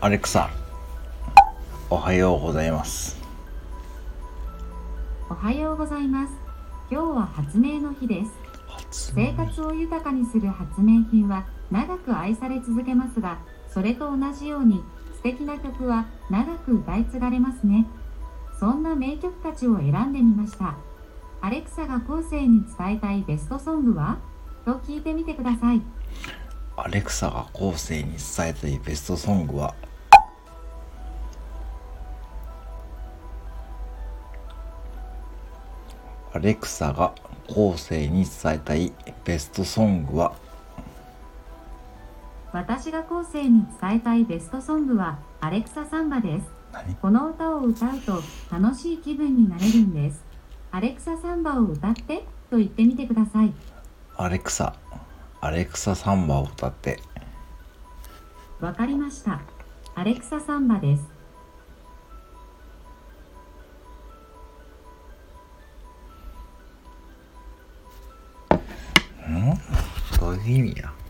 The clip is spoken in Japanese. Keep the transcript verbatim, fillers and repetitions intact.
アレクサ、おはようございます。 おはようございます。今日は発明の日です。生活を豊かにする発明品は長く愛され続けますが、それと同じように素敵な曲は長く歌い継がれますね。そんな名曲たちを選んでみました。アレクサが後世に伝えたいベストソングはと聞いてみてください。 アレクサが後世に伝えたいベストソングはアレクサが後世に伝えたいベストソングは私が後世に伝えたいベストソングはアレクササンバです。この歌を歌うと楽しい気分になれるんです。アレクササンバを歌ってと言ってみてください。 アレクサ、アレクササンバを歌って。 わかりました。アレクササンバです。 ん？どういう意味や？